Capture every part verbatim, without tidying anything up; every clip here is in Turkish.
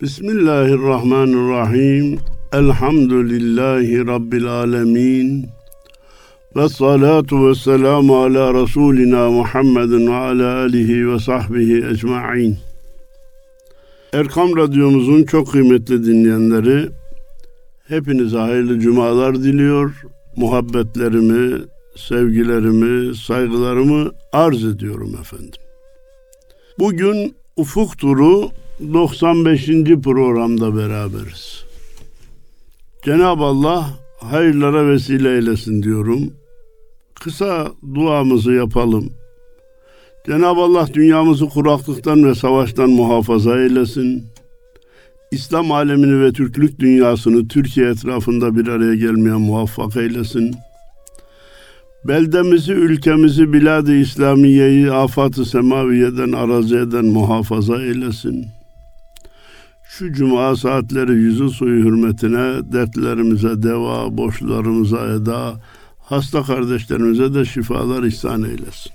Bismillahirrahmanirrahim. Elhamdülillahi Rabbil alemin. Ve salatu ve selamu ala Resulina Muhammedin ve ala alihi ve sahbihi ecma'in. Erkam Radyomuzun çok kıymetli dinleyenleri, hepinize hayırlı cumalar diliyor. Muhabbetlerimi, sevgilerimi, saygılarımı arz ediyorum efendim. Bugün Ufuk Turu doksan beşinci programda beraberiz. Cenab-ı Allah hayırlara vesile eylesin diyorum. Kısa duamızı yapalım. Cenab-ı Allah dünyamızı kuraklıktan ve savaştan muhafaza eylesin. İslam alemini ve Türklük dünyasını Türkiye etrafında bir araya gelmeye muvaffak eylesin. Beldemizi, ülkemizi, bilad-ı İslamiye'yi afat-ı semaviyeden, araziyeden muhafaza eylesin. Şu cuma saatleri yüzü suyu hürmetine dertlerimize deva, borçlarımıza eda, hasta kardeşlerimize de şifalar ihsan eylesin.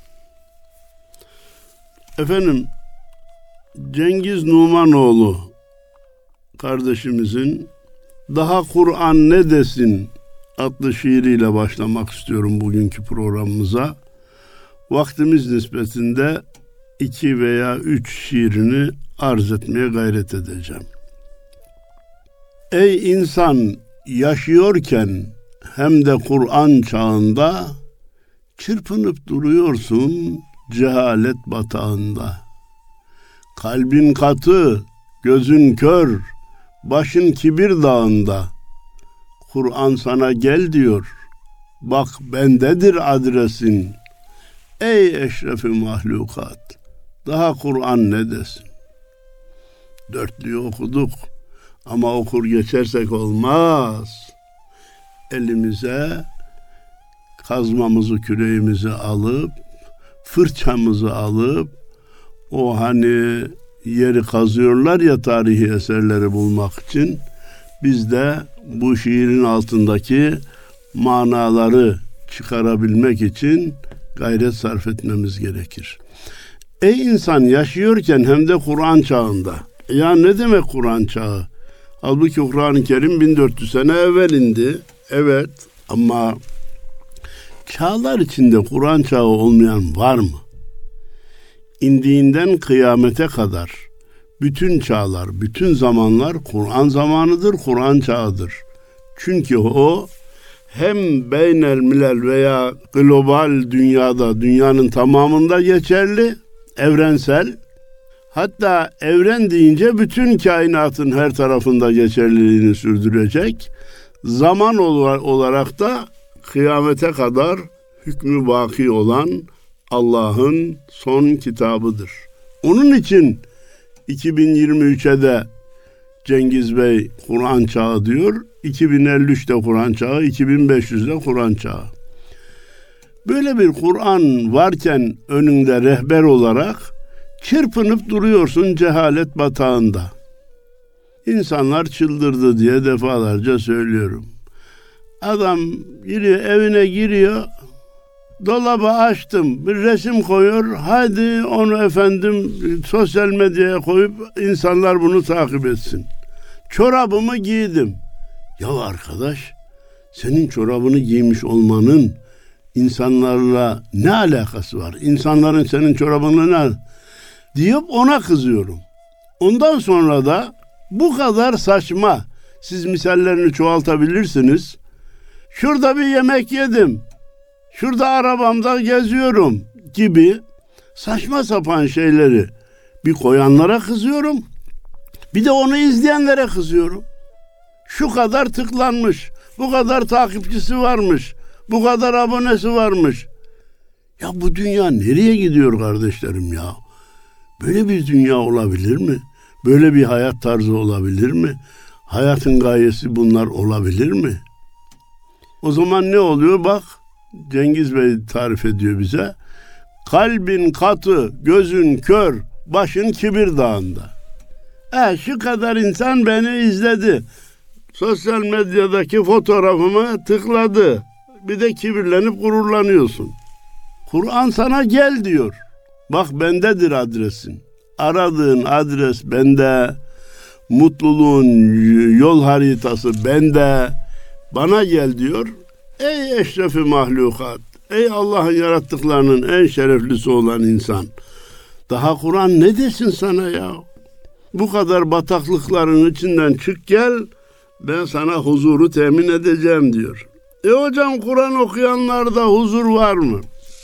Efendim, Cengiz Numanoğlu kardeşimizin Daha Kur'an Ne Desin adlı şiiriyle başlamak istiyorum bugünkü programımıza. Vaktimiz nispetinde iki veya üç şiirini arz etmeye gayret edeceğim. Ey insan, yaşıyorken hem de Kur'an çağında çırpınıp duruyorsun cehalet batağında. Kalbin katı, gözün kör, başın kibir dağında. Kur'an sana gel diyor, bak bendedir adresin. Ey eşrefi mahlukat, daha Kur'an ne desin? Dörtlüyü okuduk ama okur geçersek olmaz. Elimize kazmamızı, küreğimizi alıp, fırçamızı alıp, o hani yeri kazıyorlar ya tarihi eserleri bulmak için, biz de bu şiirin altındaki manaları çıkarabilmek için gayret sarf etmemiz gerekir. Ey insan, yaşıyorken hem de Kur'an çağında. Ya ne demek Kur'an çağı? Halbuki Kur'an-ı Kerim bin dört yüz sene evvel indi. Evet, ama çağlar içinde Kur'an çağı olmayan var mı? İndiğinden kıyamete kadar bütün çağlar, bütün zamanlar Kur'an zamanıdır, Kur'an çağıdır. Çünkü o hem beynel milel veya global dünyada, dünyanın tamamında geçerli, evrensel. Hatta evren deyince bütün kainatın her tarafında geçerliliğini sürdürecek. Zaman olarak da kıyamete kadar hükmü baki olan Allah'ın son kitabıdır. Onun için iki bin yirmi üçe de Cengiz Bey Kur'an çağı diyor, iki bin elli üçte Kur'an çağı, iki bin beş yüzde Kur'an çağı. Böyle bir Kur'an varken önünde rehber olarak çırpınıp duruyorsun cehalet batağında. İnsanlar çıldırdı diye defalarca söylüyorum. Adam giriyor, evine giriyor, dolabı açtım, bir resim koyuyor, hadi onu efendim sosyal medyaya koyup insanlar bunu takip etsin. Çorabımı giydim. Ya arkadaş, senin çorabını giymiş olmanın insanlarla ne alakası var? İnsanların senin çorabını ne deyip ona kızıyorum. Ondan sonra da bu kadar saçma, siz misallerini çoğaltabilirsiniz. Şurada bir yemek yedim, şurada arabamda geziyorum gibi saçma sapan şeyleri bir koyanlara kızıyorum. Bir de onu izleyenlere kızıyorum. Şu kadar tıklanmış, bu kadar takipçisi varmış, bu kadar abonesi varmış. Ya bu dünya nereye gidiyor kardeşlerim ya? Böyle bir dünya olabilir mi? Böyle bir hayat tarzı olabilir mi? Hayatın gayesi bunlar olabilir mi? O zaman ne oluyor? Bak, Cengiz Bey tarif ediyor bize. Kalbin katı, gözün kör, başın kibir dağında. E şu kadar insan beni izledi. Sosyal medyadaki fotoğrafımı tıkladı. Bir de kibirlenip gururlanıyorsun. Kur'an sana gel diyor. Bak bendedir adresin. Aradığın adres bende. mutluluğun yol haritası bende, bana gel diyor. Ey eşrefi mahlukat, ey Allah'ın yarattıklarının en şereflisi olan insan. Daha Kur'an ne desin sana ya? Bu kadar bataklıkların içinden çık gel, ben sana huzuru temin edeceğim diyor. E hocam Kur'an okuyanlarda huzur var mı?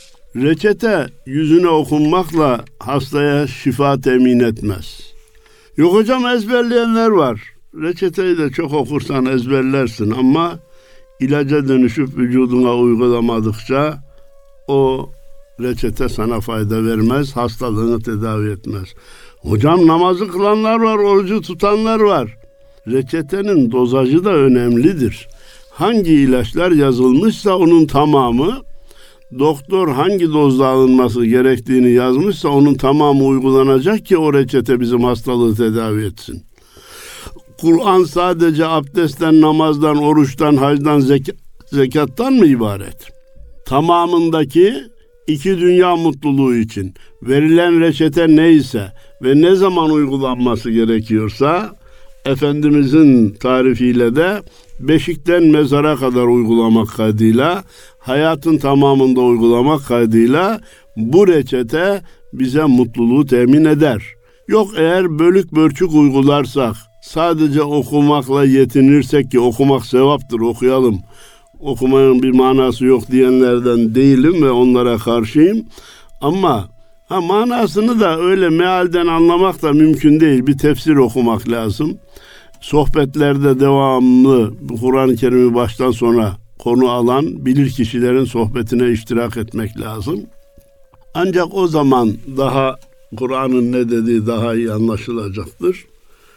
Reçete yüzüne okunmakla hastaya şifa temin etmez. Yok hocam ezberleyenler var. Reçeteyi de çok okursan ezberlersin ama ilaca dönüşüp vücuduna uygulamadıkça o reçete sana fayda vermez, hastalığını tedavi etmez. Hocam namazı kılanlar var, orucu tutanlar var. Reçetenin dozajı da önemlidir. Hangi ilaçlar yazılmışsa onun tamamı, doktor hangi dozda alınması gerektiğini yazmışsa onun tamamı uygulanacak ki o reçete bizim hastalığı tedavi etsin. Kur'an sadece abdestten, namazdan, oruçtan, hacdan, zek- zekattan mı ibaret? Tamamındaki iki dünya mutluluğu için verilen reçete neyse ve ne zaman uygulanması gerekiyorsa Efendimizin tarifiyle de beşikten mezara kadar uygulamak kaydıyla, hayatın tamamında uygulamak kaydıyla bu reçete bize mutluluğu temin eder. Yok eğer bölük bölçük uygularsak, sadece okumakla yetinirsek ki okumak sevaptır, okuyalım, okumanın bir manası yok diyenlerden değilim ve onlara karşıyım. Ama ha, manasını da öyle mealden anlamak da mümkün değil. Bir tefsir okumak lazım. Sohbetlerde devamlı Kur'an-ı Kerim'i baştan sona konu alan bilir kişilerin sohbetine iştirak etmek lazım. Ancak o zaman daha Kur'an'ın ne dediği daha iyi anlaşılacaktır.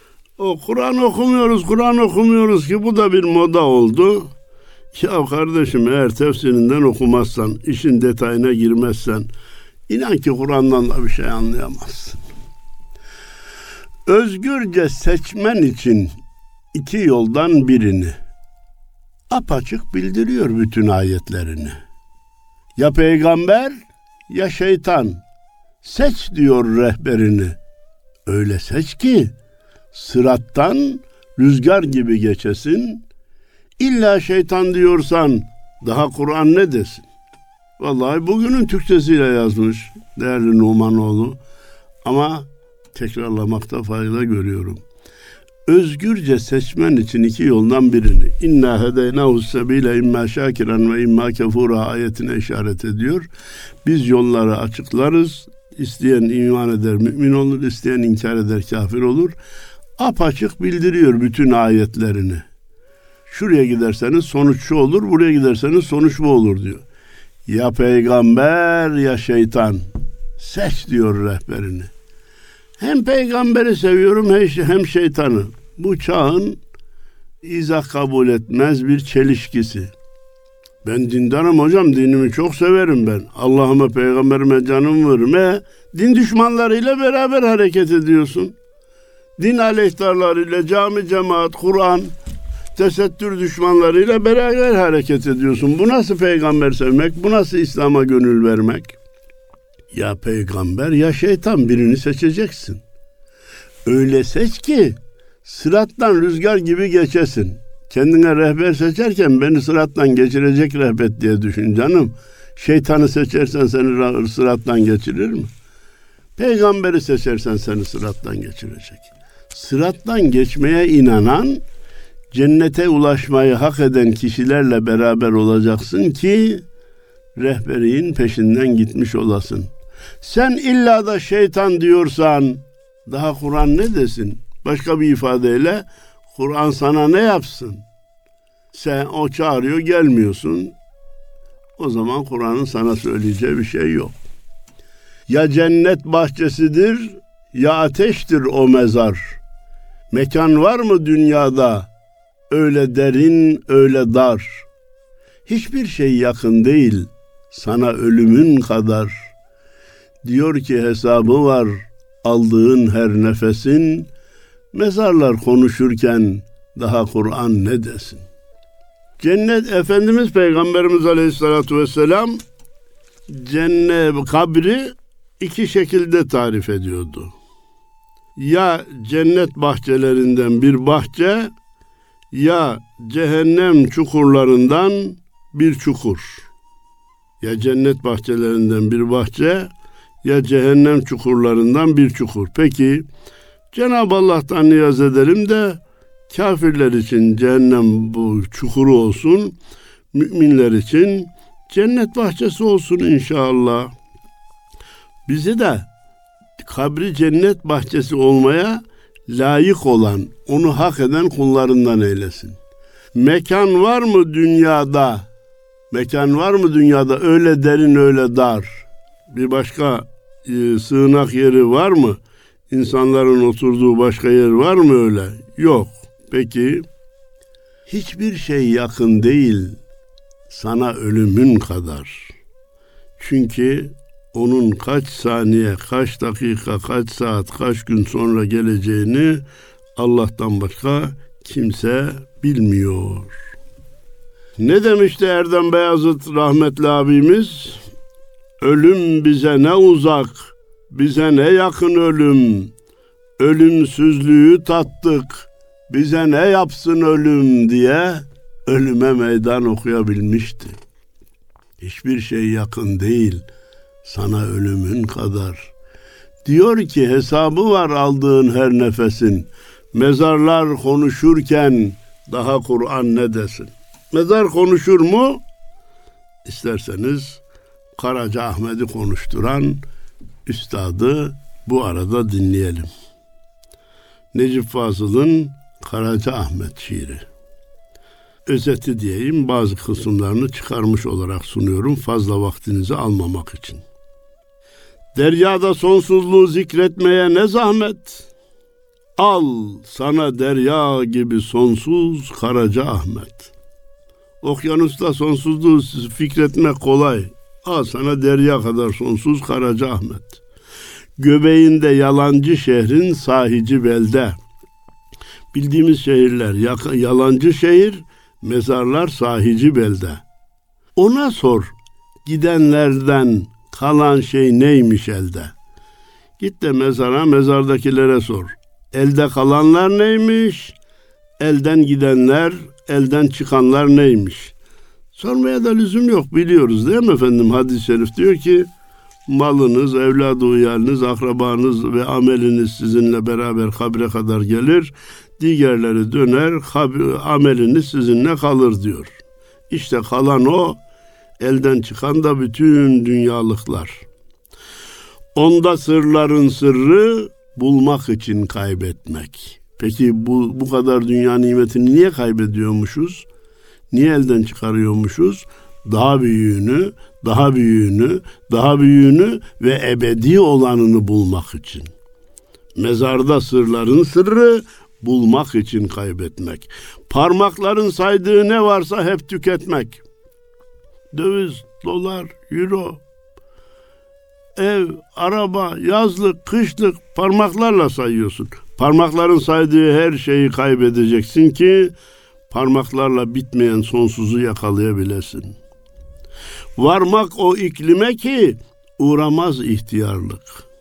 O Kur'an okumuyoruz, Kur'an okumuyoruz ki bu da bir moda oldu. Ya kardeşim eğer tefsirinden okumazsan, işin detayına girmezsen, inan ki Kur'an'dan da bir şey anlayamazsın. Özgürce seçmen için iki yoldan birini apaçık bildiriyor bütün ayetlerini. Ya peygamber ya şeytan, seç diyor rehberini. Öyle seç ki sırattan rüzgar gibi geçesin. İlla şeytan diyorsan daha Kur'an ne desin? Vallahi bugünün Türkçesiyle yazmış değerli Numanoğlu. Ama tekrarlamakta fayda görüyorum. Özgürce seçmen için iki yoldan birini. İnna hedeynahu sebile imma şakiran ve imma kefura ayetine işaret ediyor. Biz yolları açıklarız. İsteyen iman eder, mümin olur. İsteyen inkar eder, kafir olur. Apaçık bildiriyor bütün ayetlerini. Şuraya giderseniz sonuç şu olur, buraya giderseniz sonuç bu olur diyor. Ya peygamber ya şeytan, seç diyor rehberini. Hem peygamberi seviyorum hem şeytanı. Bu çağın izah kabul etmez bir çelişkisi. Ben dindarım hocam, dinimi çok severim ben. Allah'ıma, peygamberime canım veririm. E, din düşmanlarıyla beraber hareket ediyorsun. Din aleyhtarlarıyla, cami, cemaat, Kur'an, tesettür düşmanlarıyla beraber hareket ediyorsun. Bu nasıl peygamber sevmek? Bu nasıl İslam'a gönül vermek? Ya peygamber ya şeytan, birini seçeceksin. Öyle seç ki sırattan rüzgar gibi geçesin. Kendine rehber seçerken beni sırattan geçirecek rehber diye düşün canım. Şeytanı seçersen seni sırattan geçirir mi? Peygamberi seçersen seni sırattan geçirecek. Sırattan geçmeye inanan, cennete ulaşmayı hak eden kişilerle beraber olacaksın ki rehberin peşinden gitmiş olasın. Sen illa da şeytan diyorsan daha Kur'an ne desin? Başka bir ifadeyle Kur'an sana ne yapsın? Sen o çağırıyor, gelmiyorsun. O zaman Kur'an'ın sana söyleyeceği bir şey yok. Ya cennet bahçesidir ya ateştir o mezar. Mekan var mı dünyada öyle derin, öyle dar? Hiçbir şey yakın değil sana ölümün kadar. Diyor ki hesabı var aldığın her nefesin. Mezarlar konuşurken daha Kur'an ne desin? Cennet, Efendimiz Peygamberimiz Aleyhisselatü Vesselam cennet, kabri iki şekilde tarif ediyordu. ya cennet bahçelerinden bir bahçe ya cehennem çukurlarından bir çukur. Ya cennet bahçelerinden bir bahçe ya cehennem çukurlarından bir çukur. Peki Cenab-ı Allah'tan niyaz edelim de kafirler için cehennem bu çukuru olsun, müminler için cennet bahçesi olsun inşallah. Bizi de kabri cennet bahçesi olmaya layık olan, onu hak eden kullarından eylesin. Mekan var mı dünyada? Mekan var mı dünyada öyle derin öyle dar? Bir başka e, sığınak yeri var mı? İnsanların oturduğu başka yer var mı öyle? Yok. Peki hiçbir şey yakın değil sana ölümün kadar. Çünkü onun kaç saniye, kaç dakika, kaç saat, kaç gün sonra geleceğini Allah'tan başka kimse bilmiyor. Ne demişti Erdem Beyazıt rahmetli abimiz? Ölüm bize ne uzak, bize ne yakın ölüm. Ölümsüzlüğü tattık, bize ne yapsın ölüm diye ölüme meydan okuyabilmişti. Hiçbir şey yakın değil sana ölümün kadar. Diyor ki hesabı var aldığın her nefesin. Mezarlar konuşurken daha Kur'an ne desin? Mezar konuşur mu? İsterseniz Karaca Ahmet'i konuşturan üstadı bu arada dinleyelim. Necip Fazıl'ın Karaca Ahmet şiiri. Özeti diyeyim, bazı kısımlarını çıkarmış olarak sunuyorum fazla vaktinizi almamak için. Deryada sonsuzluğu zikretmeye ne zahmet? Al sana derya gibi sonsuz Karaca Ahmet. Okyanusta sonsuzluğu fikretmek kolay. Al sana derya kadar sonsuz Karaca Ahmet. Göbeğinde yalancı şehrin sahici belde. Bildiğimiz şehirler yalancı şehir, mezarlar sahici belde. Ona sor, gidenlerden kalan şey neymiş elde? Git de mezara, mezardakilere sor. Elde kalanlar neymiş? Elden gidenler, elden çıkanlar neymiş? Sormaya da lüzum yok, biliyoruz değil mi efendim? Hadis-i şerif diyor ki, malınız, evladı uyarınız, akrabanız ve ameliniz sizinle beraber kabre kadar gelir. Diğerleri döner, ameliniz sizinle kalır diyor. İşte kalan o, elden çıkan da bütün dünyalıklar. Onda sırların sırrı bulmak için kaybetmek. Peki bu, bu kadar dünya nimetini niye kaybediyormuşuz? Niye elden çıkarıyormuşuz? Daha büyüğünü, daha büyüğünü, daha büyüğünü ve ebedi olanını bulmak için. Mezarda sırların sırrı bulmak için kaybetmek. Parmakların saydığı ne varsa hep tüketmek. Döviz, dolar, euro, ev, araba, yazlık, kışlık parmaklarla sayıyorsun. Parmakların saydığı her şeyi kaybedeceksin ki parmaklarla bitmeyen sonsuzu yakalayabilesin. Varmak o iklime ki uğramaz ihtiyarlık.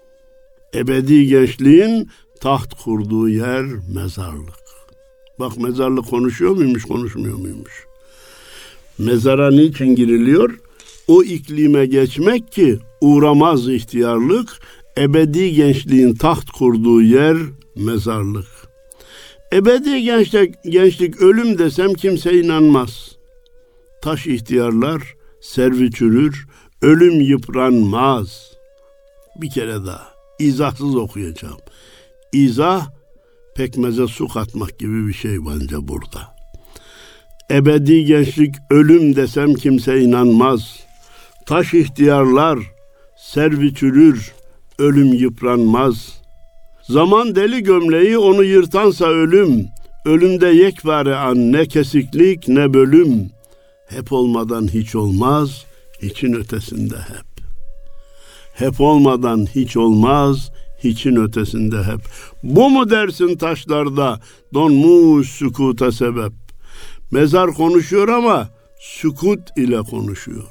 Ebedi gençliğin taht kurduğu yer mezarlık. Bak mezarlık konuşuyor muymuş, konuşmuyor muymuş? Mezara niçin giriliyor? O iklime geçmek ki uğramaz ihtiyarlık, ebedi gençliğin taht kurduğu yer mezarlık. Ebedi gençlik, gençlik ölüm desem kimse inanmaz. Taş ihtiyarlar, servi çürür, ölüm yıpranmaz. Bir kere daha izahsız okuyacağım. İzah pekmeze su katmak gibi bir şey bence burada. Ebedi gençlik ölüm desem kimse inanmaz. Taş ihtiyarlar, servi çürür, ölüm yıpranmaz. Zaman deli gömleği onu yırtansa ölüm, ölümde yekpare an ne kesiklik ne bölüm. Hep olmadan hiç olmaz, hiçin ötesinde hep. Hep olmadan hiç olmaz, hiçin ötesinde hep. Bu mu dersin taşlarda donmuş sükuta sebep? Mezar konuşuyor ama sükut ile konuşuyor.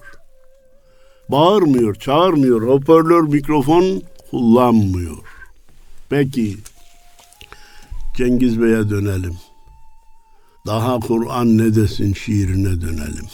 Bağırmıyor, çağırmıyor, hoparlör, mikrofon kullanmıyor. Peki, Cengiz Bey'e dönelim. Daha Kur'an ne desin şiirine dönelim.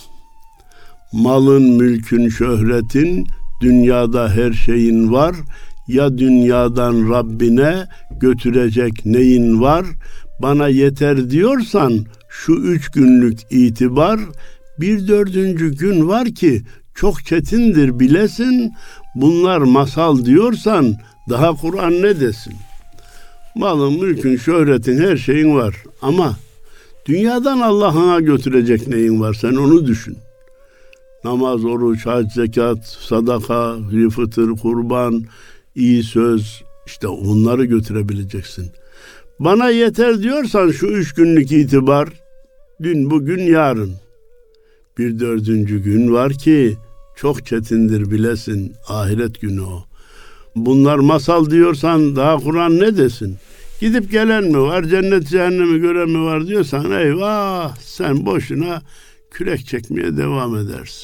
Malın, mülkün, şöhretin, dünyada her şeyin var. Ya dünyadan Rabbine götürecek neyin var? Bana yeter diyorsan şu üç günlük itibar, bir dördüncü gün var ki çok çetindir bilesin. Bunlar masal diyorsan daha Kur'an ne desin? Malın, mülkün, şöhretin, her şeyin var. Ama dünyadan Allah'a götürecek neyin var? Sen onu düşün. Namaz, oruç, hac, zekat, sadaka, fıtır, kurban, iyi söz, işte onları götürebileceksin. Bana yeter diyorsan şu üç günlük itibar, dün, bugün, yarın. Bir dördüncü gün var ki çok çetindir bilesin, ahiret günü o. Bunlar masal diyorsan daha Kur'an ne desin? Gidip gelen mi var, cennet cehennemi gören mi var diyorsan eyvah, sen boşuna kürek çekmeye devam edersin.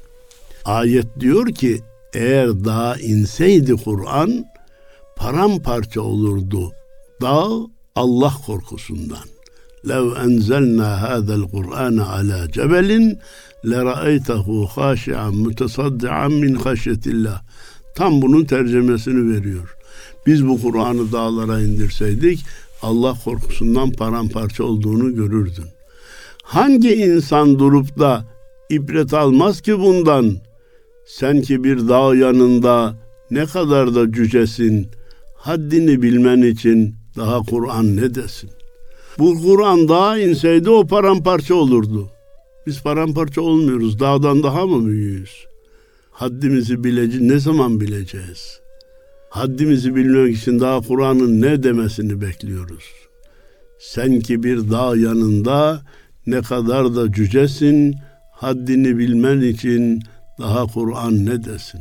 Ayet diyor ki eğer dağa inseydi Kur'an paramparça olurdu dağ Allah korkusundan. لَوْ أَنْزَلْنَا هَذَا الْقُرْآنَ عَلَى جَبَلٍ لَرَأَيْتَهُ خَاشِعًا مُتَصَدِّعًا مِنْ خَشْيَةِ اللّٰهِ. Tam bunun tercümesini veriyor. Biz bu Kur'an'ı dağlara indirseydik Allah korkusundan paramparça olduğunu görürdün. Hangi insan durup da ibret almaz ki bundan? Sen ki bir dağ yanında ne kadar da cücesin, haddini bilmen için daha Kur'an ne desin? Bu Kur'an dağa inseydi o paramparça olurdu. Biz paramparça olmuyoruz, dağdan daha mı büyüğüz? Haddimizi bileceğiz, ne zaman bileceğiz? Haddimizi bilmek için daha Kur'an'ın ne demesini bekliyoruz. Sen ki bir dağ yanında ne kadar da cücesin, haddini bilmen için daha Kur'an ne desin?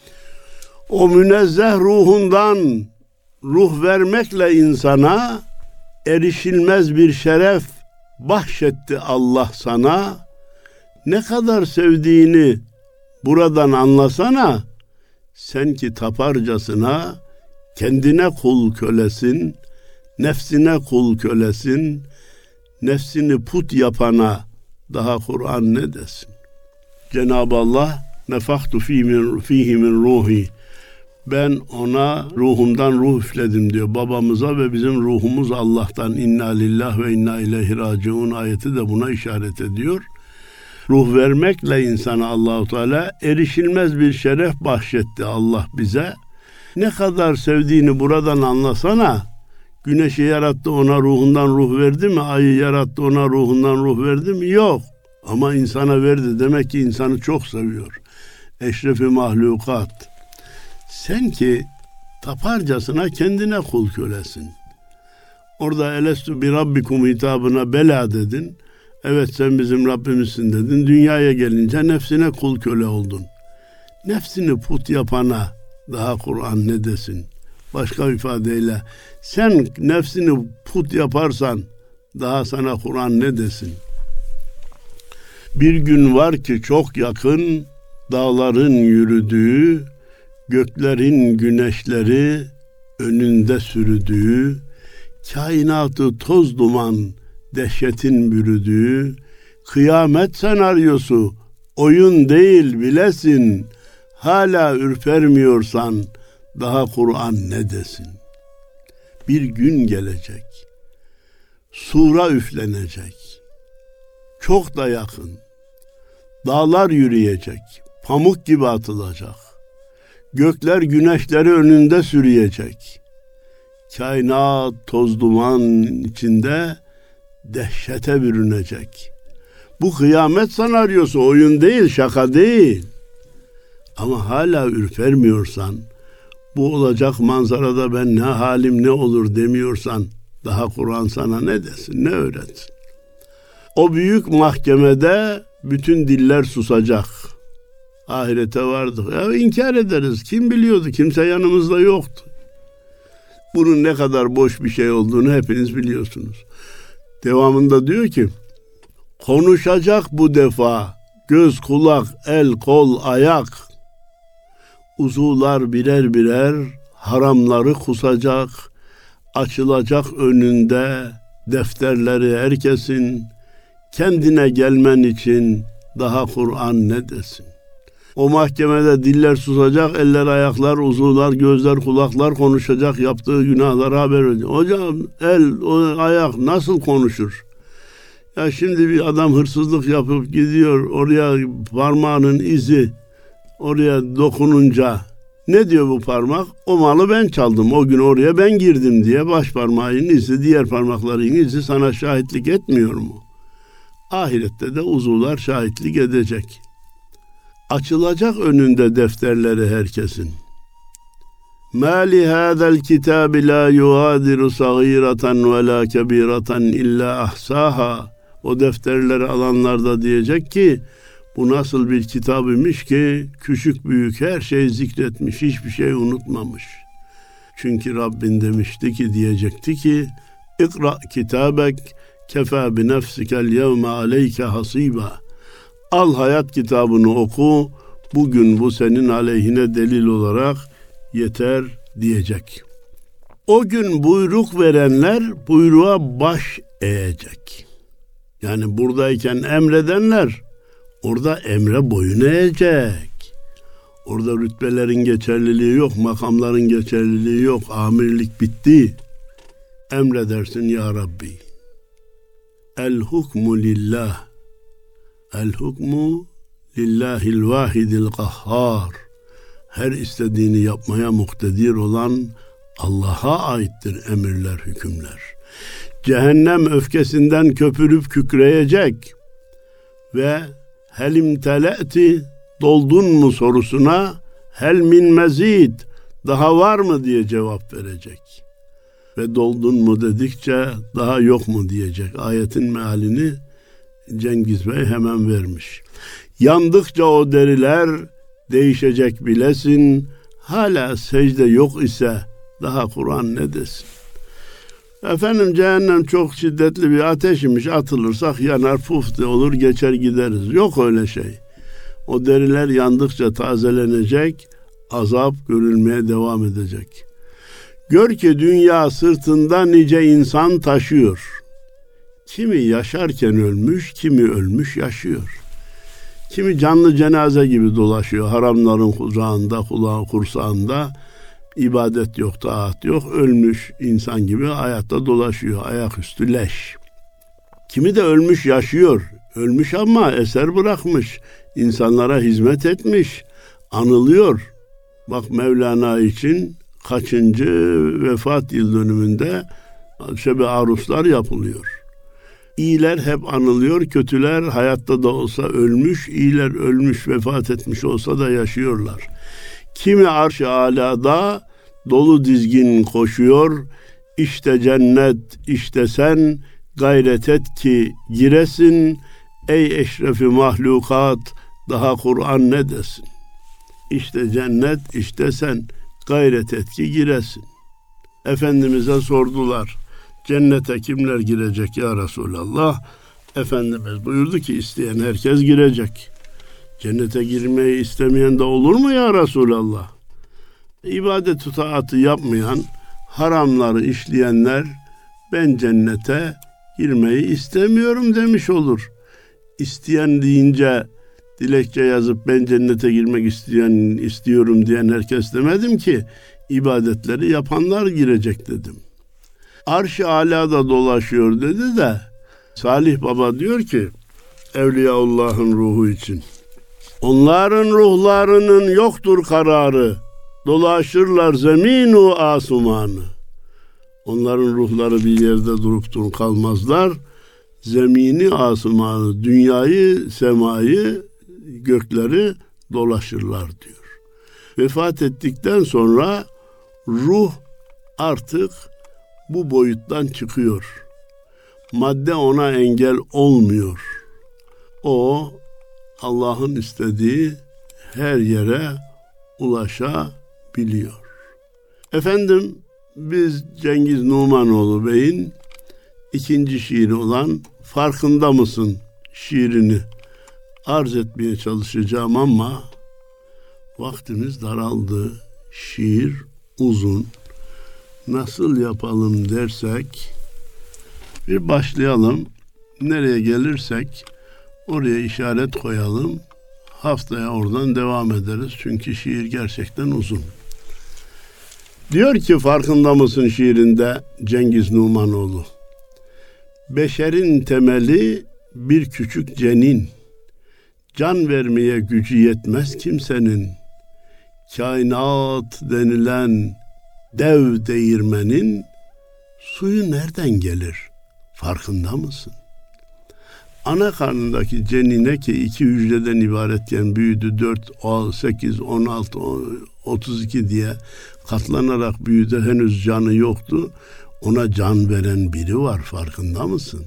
O münezzeh ruhundan ruh vermekle insana erişilmez bir şeref bahşetti Allah sana. Ne kadar sevdiğini buradan anlasana. Sen ki taparcasına kendine kul kölesin, nefsine kul kölesin, nefsini put yapana daha Kur'an ne desin? Cenab-ı Allah nefahtu fihi min ruhi, ben ona ruhumdan ruh üfledim diyor. Babamıza ve bizim ruhumuz Allah'tan. İnna lillah ve inna ileyhi raciun ayeti de buna işaret ediyor. Ruh vermekle insana Allah-u Teala erişilmez bir şeref bahşetti Allah bize. Ne kadar sevdiğini buradan anlasana. Güneşi yarattı, ona ruhundan ruh verdi mi? Ayı yarattı, ona ruhundan ruh verdi mi? Yok. Ama insana verdi. Demek ki insanı çok seviyor. Eşrefi mahlukat. Sen ki taparcasına kendine kul kölesin. Orada elestu bi rabbikum hitabına bela dedin. Evet sen bizim Rabbimizsin dedin. Dünyaya gelince nefsine kul köle oldun. Nefsini put yapana daha Kur'an ne desin? Başka ifadeyle sen nefsini put yaparsan daha sana Kur'an ne desin? Bir gün var ki çok yakın, dağların yürüdüğü, göklerin güneşleri önünde sürüdüğü, kainatı toz duman dehşetin bürüdüğü, kıyamet senaryosu oyun değil bilesin, hala ürpermiyorsan daha Kur'an ne desin? Bir gün gelecek, sura üflenecek, çok da yakın, dağlar yürüyecek, pamuk gibi atılacak, gökler güneşleri önünde sürüyecek, kainat toz duman içinde dehşete bürünecek. Bu kıyamet senaryosu oyun değil, şaka değil. Ama hala ürpermiyorsan, bu olacak manzarada ben ne halim ne olur demiyorsan, daha Kur'an sana ne desin, ne öğretsin? O büyük mahkemede bütün diller susacak. Ahirete vardık. Ya inkar ederiz. Kim biliyordu? Kimse yanımızda yoktu. Bunun ne kadar boş bir şey olduğunu hepiniz biliyorsunuz. Devamında diyor ki, konuşacak bu defa göz, kulak, el, kol, ayak. Uzuvlar birer birer haramları kusacak. Açılacak önünde defterleri herkesin, kendine gelmen için daha Kur'an ne desin? O mahkemede diller susacak, eller, ayaklar, uzuvlar, gözler, kulaklar konuşacak, yaptığı günahları haber verecek. Hocam el, o ayak nasıl konuşur? Ya şimdi bir adam hırsızlık yapıp gidiyor, oraya parmağının izi oraya dokununca ne diyor bu parmak? O malı ben çaldım, o gün oraya ben girdim diye baş parmağının izi, diğer parmakların izi sana şahitlik etmiyor mu? Ahirette de uzuvlar şahitlik edecek. Açılacak önünde defterleri herkesin. مَا لِهَذَا الْكِتَابِ لَا يُغَادِرُ صَغِيرَةً وَلَا كَبِيرَةً اِلَّا اَحْسَاهَا. O defterleri alanlar da diyecek ki, bu nasıl bir kitap imiş ki küçük büyük her şeyi zikretmiş, hiçbir şey unutmamış. Çünkü Rabbin demişti ki, diyecekti ki, İkra kitabek kefa bi nefsikel yevme aleyke hasiba. Al hayat kitabını oku, bugün bu senin aleyhine delil olarak yeter diyecek. O gün buyruk verenler buyruğa baş eğecek. Yani buradayken emredenler orada emre boyun eğecek. Orada rütbelerin geçerliliği yok, makamların geçerliliği yok, amirlik bitti. Emredersin ya Rabbi. El hukmu lillah. El hukmu lillahil vahidil kahhar. Her istediğini yapmaya muktedir olan Allah'a aittir emirler, hükümler. Cehennem öfkesinden köpürüp kükreyecek ve hel imtele'ti, doldun mu sorusuna hel min mezid, daha var mı diye cevap verecek. Ve doldun mu dedikçe daha yok mu diyecek. Ayetin mealini Cengiz Bey hemen vermiş. Yandıkça o deriler değişecek bilesin, hala secde yok ise daha Kur'an ne desin? Efendim cehennem çok şiddetli bir ateş imiş, atılırsak yanar puf de olur geçer gideriz. Yok öyle şey. O deriler yandıkça tazelenecek, azap görülmeye devam edecek. Gör ki dünya sırtında nice insan taşıyor. Kimi yaşarken ölmüş, kimi ölmüş yaşıyor. Kimi canlı cenaze gibi dolaşıyor, haramların kucağında, kulağın kursağında. İbadet yok, taat yok, ölmüş insan gibi hayatta dolaşıyor, ayaküstü leş. Kimi de ölmüş yaşıyor, ölmüş ama eser bırakmış, insanlara hizmet etmiş, anılıyor. Bak Mevlana için kaçıncı vefat yıl dönümünde şebe aruslar yapılıyor. İyiler hep anılıyor, kötüler hayatta da olsa ölmüş, iyiler ölmüş, vefat etmiş olsa da yaşıyorlar. Kimi arş-ı alada dolu dizgin koşuyor, işte cennet, işte sen, gayret et ki giresin, ey eşrefi mahlukat, daha Kur'an ne desin? İşte cennet, işte sen, gayret et ki giresin. Efendimiz'e sordular, cennete kimler girecek ya Resulallah? Efendimiz buyurdu ki, isteyen herkes girecek. Cennete girmeyi istemeyen de olur mu ya Resulallah? İbadet-i taatı yapmayan, haramları işleyenler, ben cennete girmeyi istemiyorum demiş olur. İsteyen deyince dilekçe yazıp ben cennete girmek isteyen istiyorum diyen herkes demedim ki, ibadetleri yapanlar girecek dedim. Arş-ı alada dolaşıyor dedi de Salih Baba diyor ki Evliyaullah'ın ruhu için, onların ruhlarının yoktur kararı, dolaşırlar zeminu asumanı. Onların ruhları bir yerde durup dur kalmazlar, zemini asumanı, dünyayı, semayı, gökleri dolaşırlar diyor. Vefat ettikten sonra ruh artık bu boyuttan çıkıyor. Madde ona engel olmuyor. O Allah'ın istediği her yere ulaşabiliyor. Efendim biz Cengiz Numanoğlu Bey'in ikinci şiiri olan Farkında Mısın şiirini arz etmeye çalışacağım ama vaktimiz daraldı. Şiir uzun. nasıl yapalım dersek bir başlayalım. Nereye gelirsek oraya işaret koyalım. Haftaya oradan devam ederiz. Çünkü şiir gerçekten uzun. Diyor ki, farkında mısın şiirinde Cengiz Numanoğlu? Beşerin temeli bir küçük cenin. Can vermeye gücü yetmez kimsenin. Kainat denilen dev değirmenin suyu nereden gelir? Farkında mısın? Ana karnındaki cenine ki iki hücreden ibaretken büyüdü, dört, sekiz, on altı, otuz iki diye katlanarak büyüdü, henüz canı yoktu. Ona can veren biri var, farkında mısın?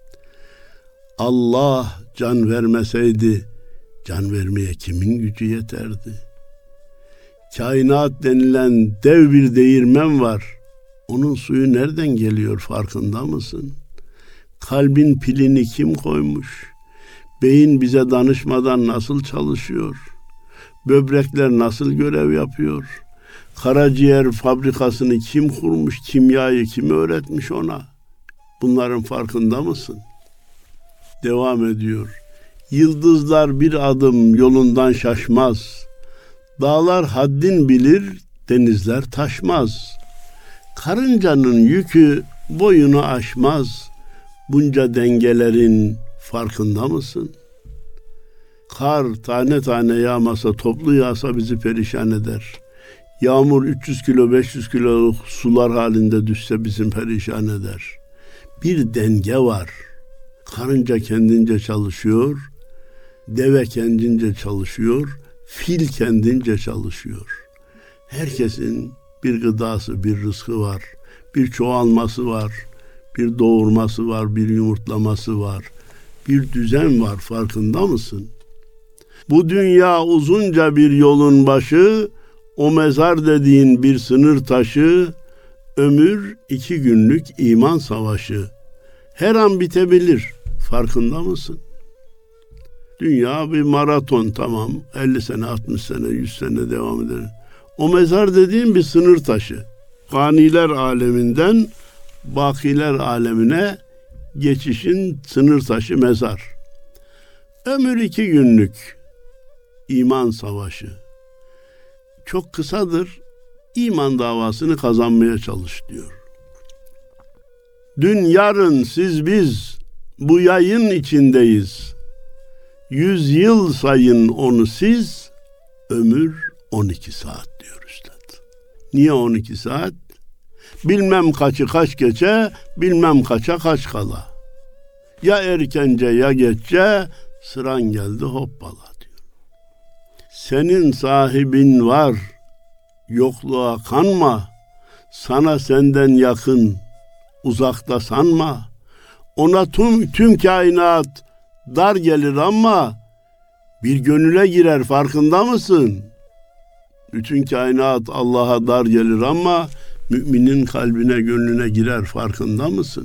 Allah can vermeseydi can vermeye kimin gücü yeterdi? Kainat denilen dev bir değirmen var. Onun suyu nereden geliyor, farkında mısın? Kalbin pilini kim koymuş? Beyin bize danışmadan nasıl çalışıyor? Böbrekler nasıl görev yapıyor? Karaciğer fabrikasını kim kurmuş? Kimyayı kim öğretmiş ona? Bunların farkında mısın? Devam ediyor. Yıldızlar bir adım yolundan şaşmaz. Dağlar haddin bilir, denizler taşmaz. Karıncanın yükü boyunu aşmaz. Bunca dengelerin farkında mısın? Kar tane tane yağmasa, toplu yağsa bizi perişan eder. Yağmur üç yüz kilo, beş yüz kilo sular halinde düşse bizim perişan eder. Bir denge var. Karınca kendince çalışıyor, deve kendince çalışıyor, fil kendince çalışıyor. Herkesin bir gıdası, bir rızkı var, bir çoğalması var, bir doğurması var, bir yumurtlaması var, bir düzen var, farkında mısın? Bu dünya uzunca bir yolun başı, o mezar dediğin bir sınır taşı, ömür iki günlük iman savaşı. Her an bitebilir, farkında mısın? Dünya bir maraton, tamam, elli sene, altmış sene, yüz sene devam eder. O mezar dediğin bir sınır taşı. Faniler aleminden bakiler alemine geçişin sınır taşı mezar. Ömür iki günlük iman savaşı. Çok kısadır. İman davasını kazanmaya çalış diyor. Dün, yarın, siz, biz bu yayın içindeyiz. Yüz yıl sayın onu siz, ömür on iki saat diyor üstad. Niye on iki saat? Bilmem kaçı kaç geçe, bilmem kaça kaç kala. Ya erkence ya geççe, sıran geldi hoppala diyor. Senin sahibin var, yokluğa kanma. Sana senden yakın, uzakta sanma. Ona tüm, tüm kainat dar gelir ama bir gönüle girer, farkında mısın? Bütün kainat Allah'a dar gelir ama müminin kalbine, gönlüne girer, farkında mısın?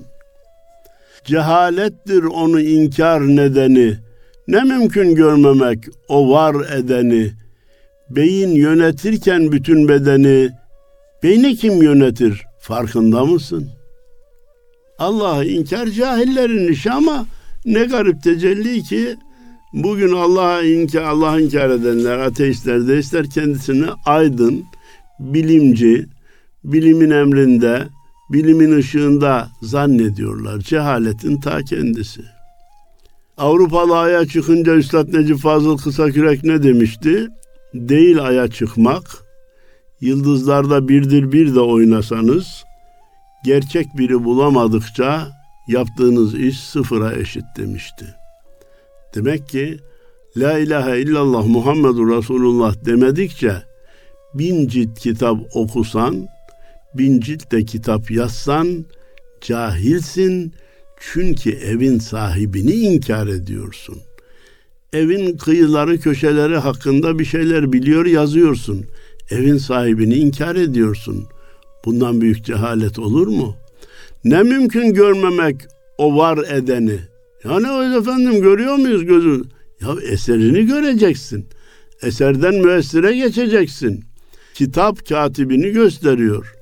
Cehalettir onu inkar nedeni. Ne mümkün görmemek o var edeni. Beyin yönetirken bütün bedeni, beyni kim yönetir, farkında mısın? Allah'ı inkar cahillerin işi ama ne garip tecelli ki bugün Allah'a inkar, Allah'ı inkar edenler, ateistler, deistler kendisini aydın, bilimci, bilimin emrinde, bilimin ışığında zannediyorlar. Cehaletin ta kendisi. Avrupalı aya çıkınca Üstad Necip Fazıl Kısakürek ne demişti? Değil aya çıkmak, yıldızlarda birdir bir de oynasanız, gerçek biri bulamadıkça yaptığınız iş sıfıra eşit demişti. Demek ki La ilahe illallah Muhammedur Resulullah demedikçe bin cilt kitap okusan, bin cilt de kitap yazsan cahilsin, çünkü evin sahibini inkar ediyorsun. Evin kıyıları, köşeleri hakkında bir şeyler biliyor, yazıyorsun. Evin sahibini inkar ediyorsun. Bundan büyük cehalet olur mu? Ne mümkün görmemek o var edeni. Yani öyle efendim, görüyor muyuz gözü? Ya eserini göreceksin. Eserden müessire geçeceksin. Kitap katibini gösteriyor.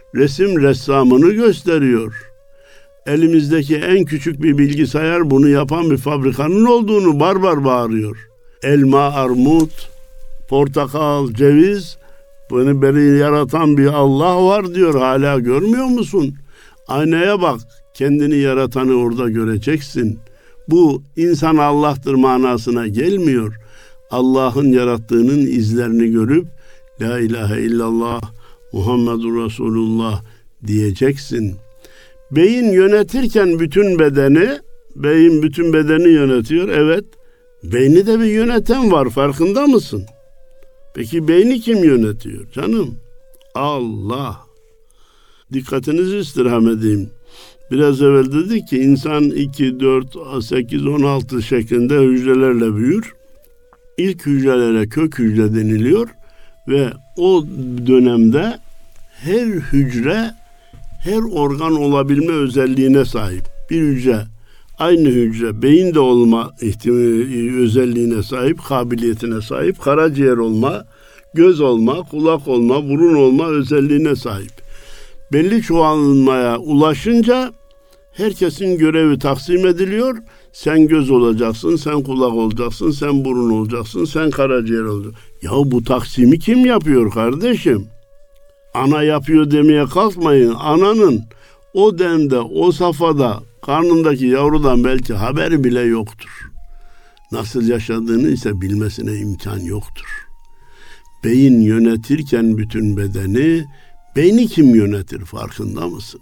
resim ressamını gösteriyor. Elimizdeki en küçük bir bilgisayar bunu yapan bir fabrikanın olduğunu barbar bağırıyor. Elma, armut, portakal, ceviz, bunu beni yaratan bir Allah var diyor. Hala görmüyor musun? Aynaya bak, kendini yaratanı orada göreceksin. Bu insan Allah'tır manasına gelmiyor. Allah'ın yarattığının izlerini görüp La ilahe illallah Muhammedur Resulullah diyeceksin. Beyin yönetirken bütün bedeni, beyin bütün bedeni yönetiyor. Evet, beyni de bir yöneten var, farkında mısın? Peki beyni kim yönetiyor canım? Allah. Dikkatinizi istirham edeyim. Biraz evvel dedik ki insan iki, dört, sekiz, on altı şeklinde hücrelerle büyür. İlk hücrelere kök hücre deniliyor ve o dönemde her hücre her organ olabilme özelliğine sahip. Bir hücre, aynı hücre beyin de olma ihtimali, özelliğine sahip, kabiliyetine sahip, karaciğer olma, göz olma, kulak olma, burun olma özelliğine sahip. Belli çoğalmaya ulaşınca herkesin görevi taksim ediliyor. Sen göz olacaksın, sen kulak olacaksın, sen burun olacaksın, sen karaciğer olacaksın. Ya bu taksimi kim yapıyor kardeşim? Ana yapıyor demeye kalkmayın. Ananın o demde, o safhada karnındaki yavrudan belki haberi bile yoktur. Nasıl yaşadığını ise bilmesine imkan yoktur. Beyin yönetirken bütün bedeni, beyni kim yönetir farkında mısın?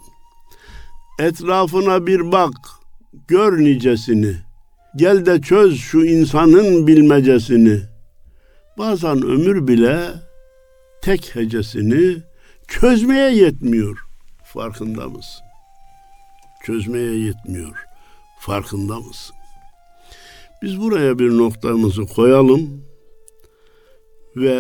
Etrafına bir bak, gör nicesini. Gel de çöz şu insanın bilmecesini. Bazen ömür bile tek hecesini çözmeye yetmiyor. Farkında mısın? Çözmeye yetmiyor. Farkında mısın? Biz buraya bir noktamızı koyalım ve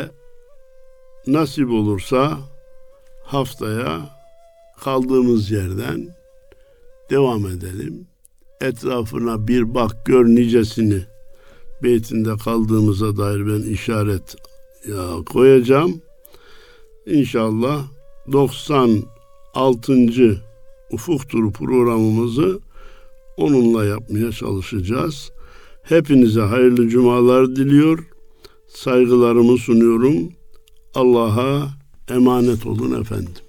nasip olursa haftaya kaldığımız yerden devam edelim. Etrafına bir bak gör nicesini beytinde kaldığımıza dair ben işaret ya koyacağım. İnşallah doksan altıncı Ufuk Turu programımızı onunla yapmaya çalışacağız. Hepinize hayırlı cumalar diliyor. Saygılarımı sunuyorum. Allah'a emanet olun efendim.